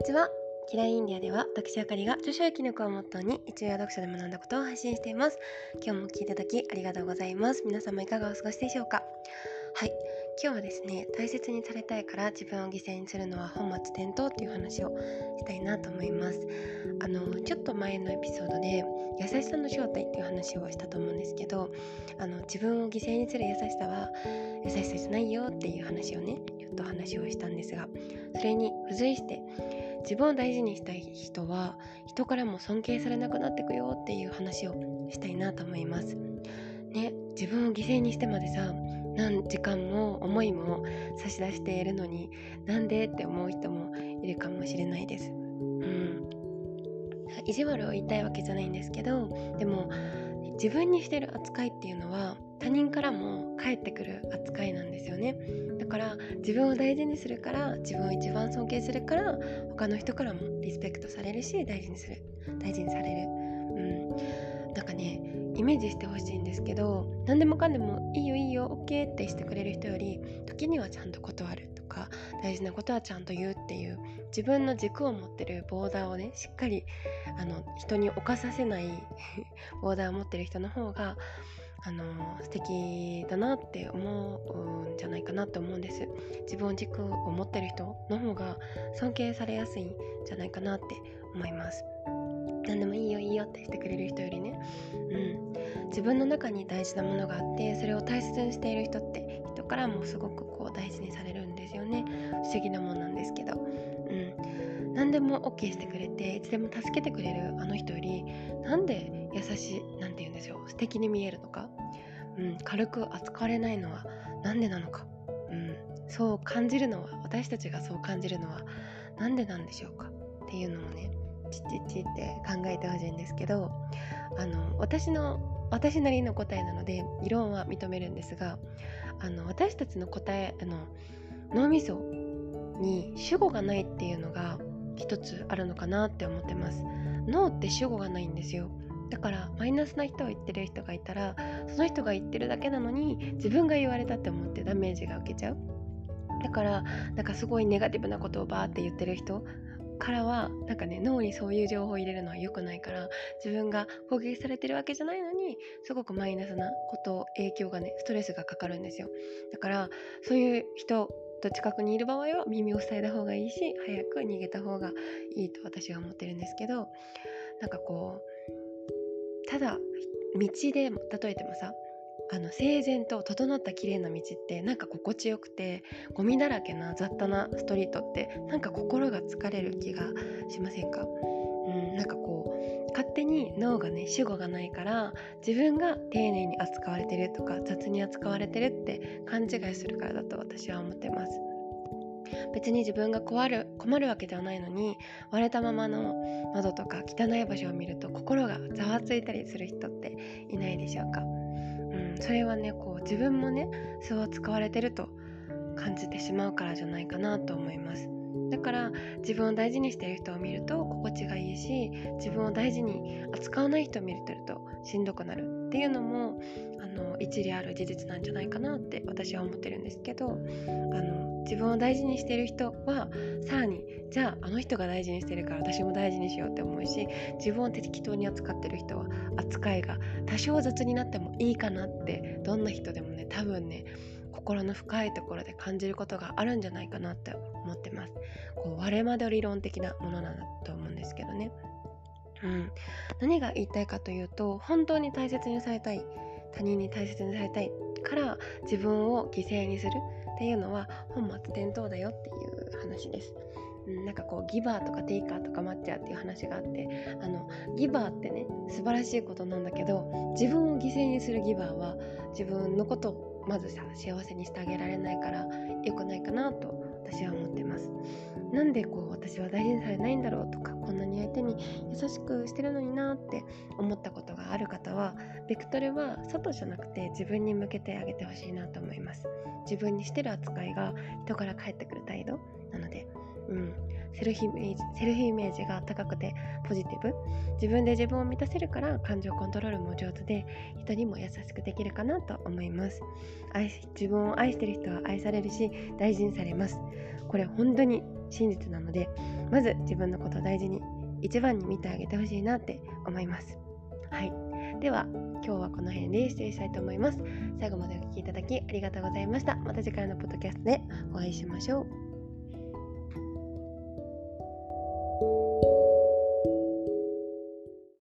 ちは。キラインディアでは私あかりが著書や記録をモットーに一夜読書で学んだことを配信しています。今日も聞いていただきありがとうございます。皆様いかがお過ごしでしょうか。はい、今日はですね、大切にされたいから自分を犠牲にするのは本末転倒っていう話をしたいなと思います。ちょっと前のエピソードで優しさの正体っていう話をしたと思うんですけど、自分を犠牲にする優しさは優しさじゃないよっていう話をね、ちょっと話をしたんですが、それに付随して自分を大事にしたい人は人からも尊敬されなくなってくよっていう話をしたいなと思いますね。自分を犠牲にしてまでさ、何時間も思いも差し出しているのになんでって思う人もいるかもしれないです。意地悪を言いたいわけじゃないんですけど、でも自分にしてる扱いっていうのは他人からも返ってくる扱いなんですよね。だから自分を大事にするから、自分を一番尊敬するから他の人からもリスペクトされるし、大事にされる。なんかね、イメージしてほしいんですけど、何でもかんでもいいよいいよ OK ってしてくれる人より、時にはちゃんと断るとか、大事なことはちゃんと言うっていう自分の軸を持ってるボーダーをね、しっかり人に侵させないボーダーを持ってる人の方が素敵だなって思うんじゃないかなと思うんです。自分軸を持ってる人の方が尊敬されやすいんじゃないかなって思います。何でもいいよいいよってしてくれる人よりね、自分の中に大事なものがあって、それを大切にしている人って人からもすごく大事にされるんですよね。不思議なもんなんですけど、何でも OK してくれていつでも助けてくれるあの人より、なんで優しい、なんて言うんでしょう、素敵に見えるのか、軽く扱われないのはなんでなのか、そう感じるのは、私たちがそう感じるのはなんでなんでしょうかっていうのをね、ちって考えてほしいんですけど、私なりの答えなので異論は認めるんですが、私たちの答え、脳みそに主語がないっていうのが一つあるのかなって思ってます。脳って主語がないんですよ。だからマイナスな人を言ってる人がいたら、その人が言ってるだけなのに自分が言われたって思ってダメージが受けちゃう。だからすごいネガティブなことをバーって言ってる人からは脳にそういう情報を入れるのは良くないから、自分が攻撃されてるわけじゃないのにすごくマイナスなこと影響がね、ストレスがかかるんですよ。だからそういう人と近くにいる場合は耳を塞いだ方がいいし、早く逃げた方がいいと私は思ってるんですけど、ただ道で例えてもさ、整然と整った綺麗な道って心地よくて、ゴミだらけな雑多なストリートって心が疲れる気がしませんか？勝手に脳がね、主語がないから自分が丁寧に扱われてるとか雑に扱われてるって勘違いするからだと私は思ってます。別に自分が困るわけではないのに、割れたままの窓とか汚い場所を見ると心がざわついたりする人っていないでしょうか。それはね、自分もね、そう扱われてると感じてしまうからじゃないかなと思います。だから自分を大事にしている人を見ると心地がいいし、自分を大事に扱わない人を見てるとしんどくなるっていうのも一理ある事実なんじゃないかなって私は思ってるんですけど、自分を大事にしている人はさらに、じゃああの人が大事にしてるから私も大事にしようって思うし、自分を適当に扱ってる人は扱いが多少雑になってもいいかなって、どんな人でもね、多分ね、心の深いところで感じることがあるんじゃないかなって思ってます。割れ窓理論的なものなんだと思うんですけどね。何が言いたいかというと、本当に大切にされたい、他人に大切にされたいから自分を犠牲にするっていうのは本末転倒だよっていう話です。ギバーとかテイカーとかマッチャーっていう話があって、ギバーってね、素晴らしいことなんだけど、自分を犠牲にするギバーは自分のことをまず幸せにしてあげられないから良くないかなと私は思ってます。なんで私は大事にされないんだろうとか、こんなに相手に優しくしてるのになって思ったことがある方は、ベクトルは外じゃなくて自分に向けてあげてほしいなと思います。自分にしてる扱いが人から返ってくる態度なので、セルフイメージが高くてポジティブ、自分で自分を満たせるから感情コントロールも上手で、人にも優しくできるかなと思います。自分を愛してる人は愛されるし大事にされます。これ本当に真実なので、まず自分のことを大事に一番に見てあげてほしいなって思います。はい、では今日はこの辺で失礼したいと思います。最後までお聞きいただきありがとうございました。また次回のポッドキャストでお会いしましょう。